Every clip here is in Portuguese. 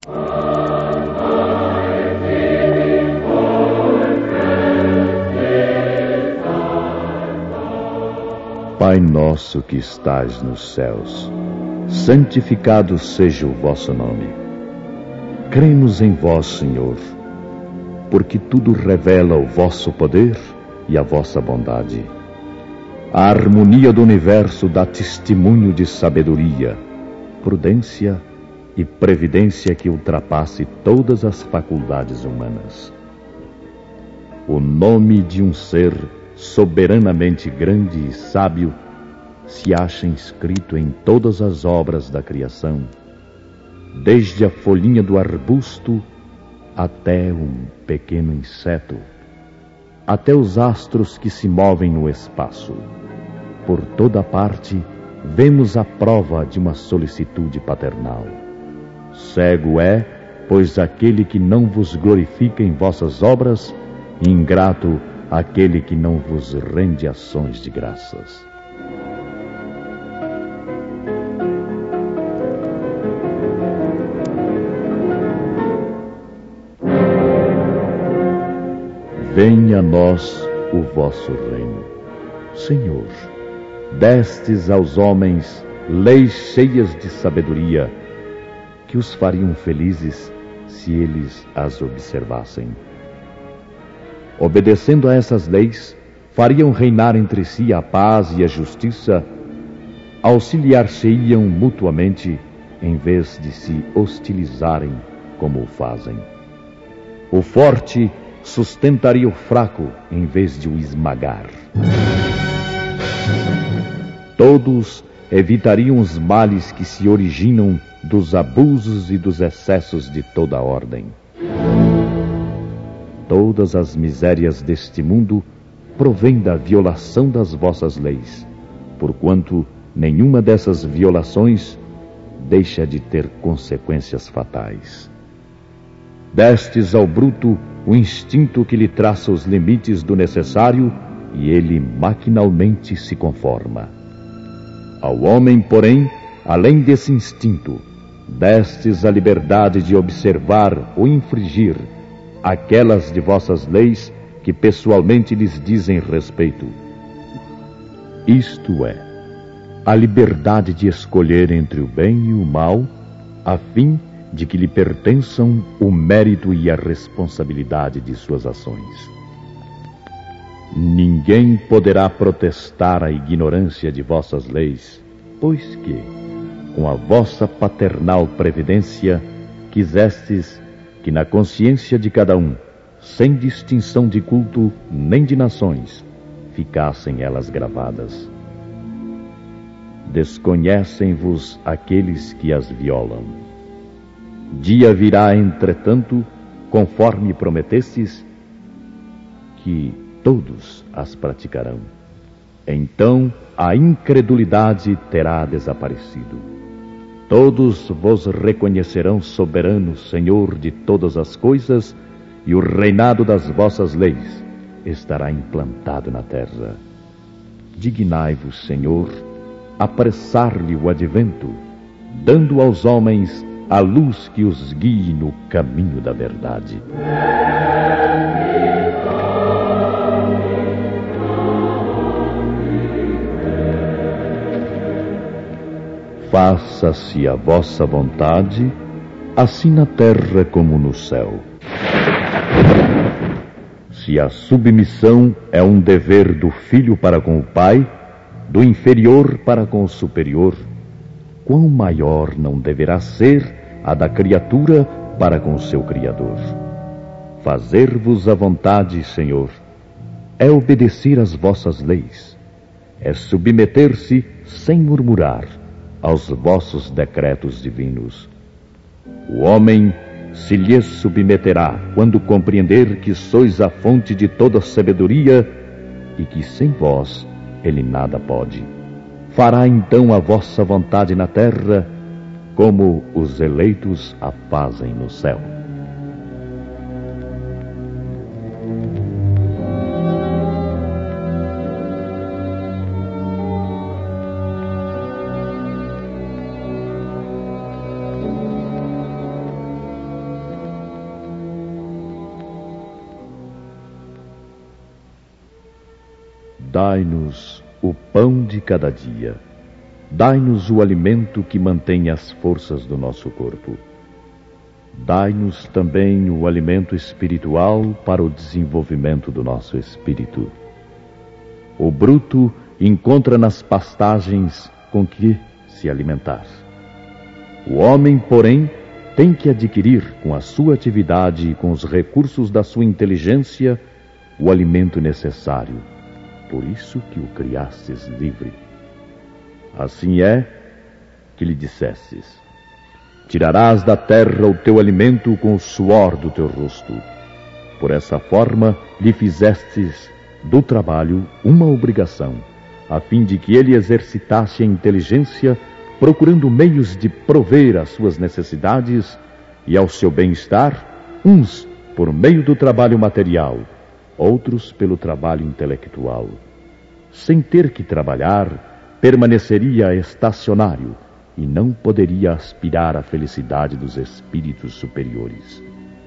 Pai nosso que estais nos céus, santificado seja o vosso nome. Cremos em vós, Senhor, porque tudo revela o vosso poder e a vossa bondade. A harmonia do universo dá testemunho de sabedoria, prudência e previdência que ultrapasse todas as faculdades humanas. O nome de um ser soberanamente grande e sábio se acha inscrito em todas as obras da criação, desde a folhinha do arbusto até um pequeno inseto, até os astros que se movem no espaço. Por toda parte vemos a prova de uma solicitude paternal. Cego é, pois, aquele que não vos glorifica em vossas obras, e ingrato aquele que não vos rende ações de graças. Venha a nós o vosso reino. Senhor, destes aos homens leis cheias de sabedoria, que os fariam felizes se eles as observassem. Obedecendo a essas leis, fariam reinar entre si a paz e a justiça, auxiliar-se-iam mutuamente, em vez de se hostilizarem como o fazem. O forte sustentaria o fraco, em vez de o esmagar. Todos evitariam os males que se originam dos abusos e dos excessos de toda a ordem. Todas as misérias deste mundo provêm da violação das vossas leis, porquanto nenhuma dessas violações deixa de ter consequências fatais. Destes ao bruto o instinto que lhe traça os limites do necessário, e ele maquinalmente se conforma. Ao homem, porém, além desse instinto, destes a liberdade de observar ou infringir aquelas de vossas leis que pessoalmente lhes dizem respeito. Isto é, a liberdade de escolher entre o bem e o mal, a fim de que lhe pertençam o mérito e a responsabilidade de suas ações. Ninguém poderá protestar a ignorância de vossas leis, pois que, com a vossa paternal previdência, quisestes que na consciência de cada um, sem distinção de culto nem de nações, ficassem elas gravadas. Desconhecem-vos aqueles que as violam. Dia virá, entretanto, conforme prometestes, que todos as praticarão. Então a incredulidade terá desaparecido. Todos vos reconhecerão soberano Senhor de todas as coisas, e o reinado das vossas leis estará implantado na terra. Dignai-vos, Senhor, apressar-lhe o advento, dando aos homens a luz que os guie no caminho da verdade. Faça-se a vossa vontade, assim na terra como no céu. Se a submissão é um dever do filho para com o pai, do inferior para com o superior, quão maior não deverá ser a da criatura para com o seu Criador? Fazer-vos a vontade, Senhor, é obedecer às vossas leis, é submeter-se sem murmurar aos vossos decretos divinos. O homem se lhes submeterá quando compreender que sois a fonte de toda sabedoria e que sem vós ele nada pode. Fará então a vossa vontade na terra, como os eleitos a fazem no céu. Dai-nos o pão de cada dia. Dai-nos o alimento que mantém as forças do nosso corpo. Dai-nos também o alimento espiritual para o desenvolvimento do nosso espírito. O bruto encontra nas pastagens com que se alimentar. O homem, porém, tem que adquirir com a sua atividade e com os recursos da sua inteligência o alimento necessário. Por isso que o criastes livre. Assim é que lhe dissestes: tirarás da terra o teu alimento com o suor do teu rosto. Por essa forma lhe fizestes do trabalho uma obrigação, a fim de que ele exercitasse a inteligência, procurando meios de prover às suas necessidades e ao seu bem-estar, uns por meio do trabalho material, outros pelo trabalho intelectual. Sem ter que trabalhar, permaneceria estacionário e não poderia aspirar à felicidade dos espíritos superiores.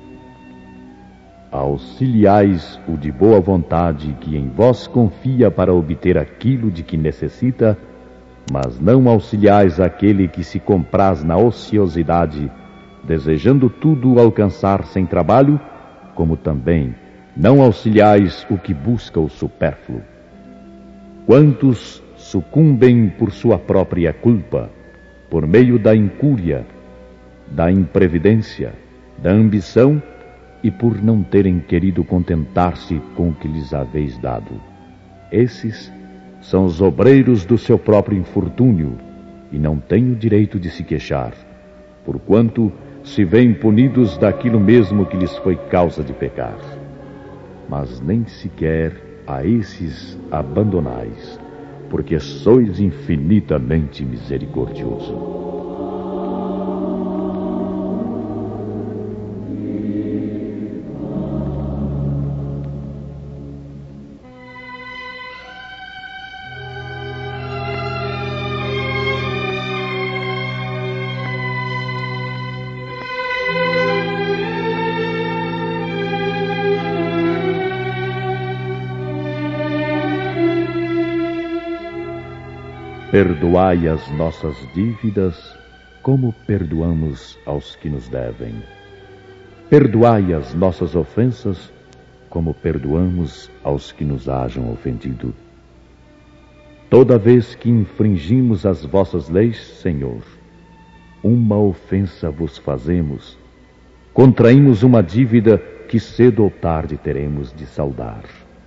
Auxiliais o de boa vontade que em vós confia para obter aquilo de que necessita, mas não auxiliais aquele que se compraz na ociosidade, desejando tudo alcançar sem trabalho, como também não auxiliais o que busca o supérfluo. Quantos sucumbem por sua própria culpa, por meio da incúria, da imprevidência, da ambição e por não terem querido contentar-se com o que lhes haveis dado. Esses são os obreiros do seu próprio infortúnio e não têm o direito de se queixar, porquanto se veem punidos daquilo mesmo que lhes foi causa de pecar. Mas nem sequer a esses abandonais, porque sois infinitamente misericordioso. Perdoai as nossas dívidas, como perdoamos aos que nos devem. Perdoai as nossas ofensas, como perdoamos aos que nos hajam ofendido. Toda vez que infringimos as vossas leis, Senhor, uma ofensa vos fazemos, contraímos uma dívida que cedo ou tarde teremos de saldar.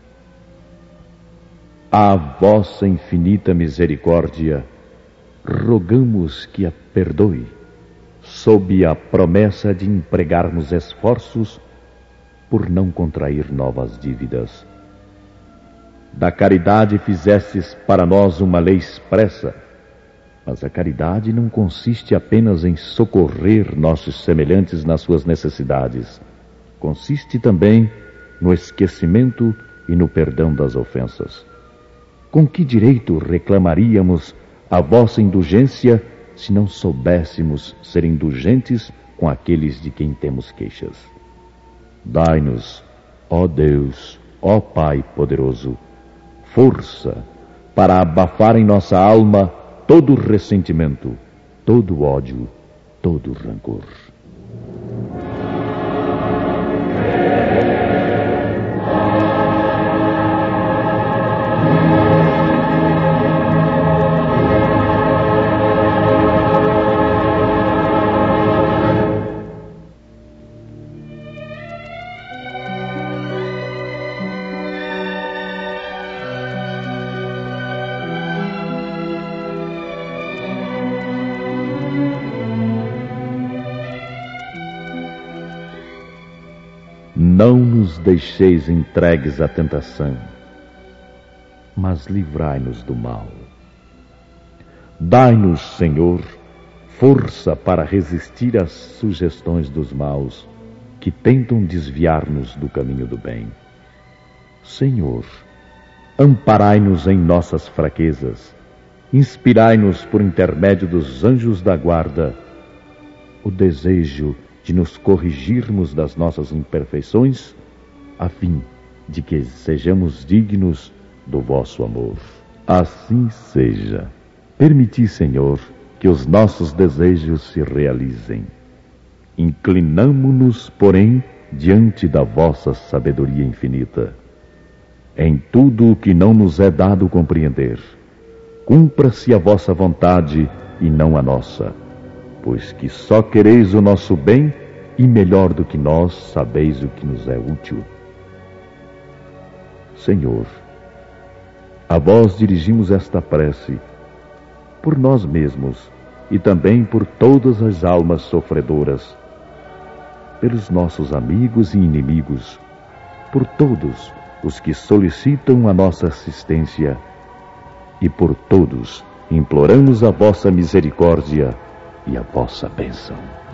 À vossa infinita misericórdia, rogamos que a perdoe, sob a promessa de empregarmos esforços por não contrair novas dívidas. Da caridade fizestes para nós uma lei expressa, mas a caridade não consiste apenas em socorrer nossos semelhantes nas suas necessidades. Consiste também no esquecimento e no perdão das ofensas. Com que direito reclamaríamos a vossa indulgência se não soubéssemos ser indulgentes com aqueles de quem temos queixas? Dai-nos, ó Deus, ó Pai poderoso, força para abafar em nossa alma todo ressentimento, todo ódio, todo rancor. Não nos deixeis entregues à tentação, mas livrai-nos do mal. Dai-nos, Senhor, força para resistir às sugestões dos maus que tentam desviar-nos do caminho do bem. Senhor, amparai-nos em nossas fraquezas, inspirai-nos por intermédio dos anjos da guarda o desejo de nos corrigirmos das nossas imperfeições, a fim de que sejamos dignos do vosso amor. Assim seja. Permiti, Senhor, que os nossos desejos se realizem. Inclinamo-nos, porém, diante da vossa sabedoria infinita. Em tudo o que não nos é dado compreender, cumpra-se a vossa vontade e não a nossa, pois que só quereis o nosso bem e melhor do que nós sabeis o que nos é útil. Senhor, a vós dirigimos esta prece, por nós mesmos e também por todas as almas sofredoras, pelos nossos amigos e inimigos, por todos os que solicitam a nossa assistência e por todos imploramos a vossa misericórdia e a vossa bênção.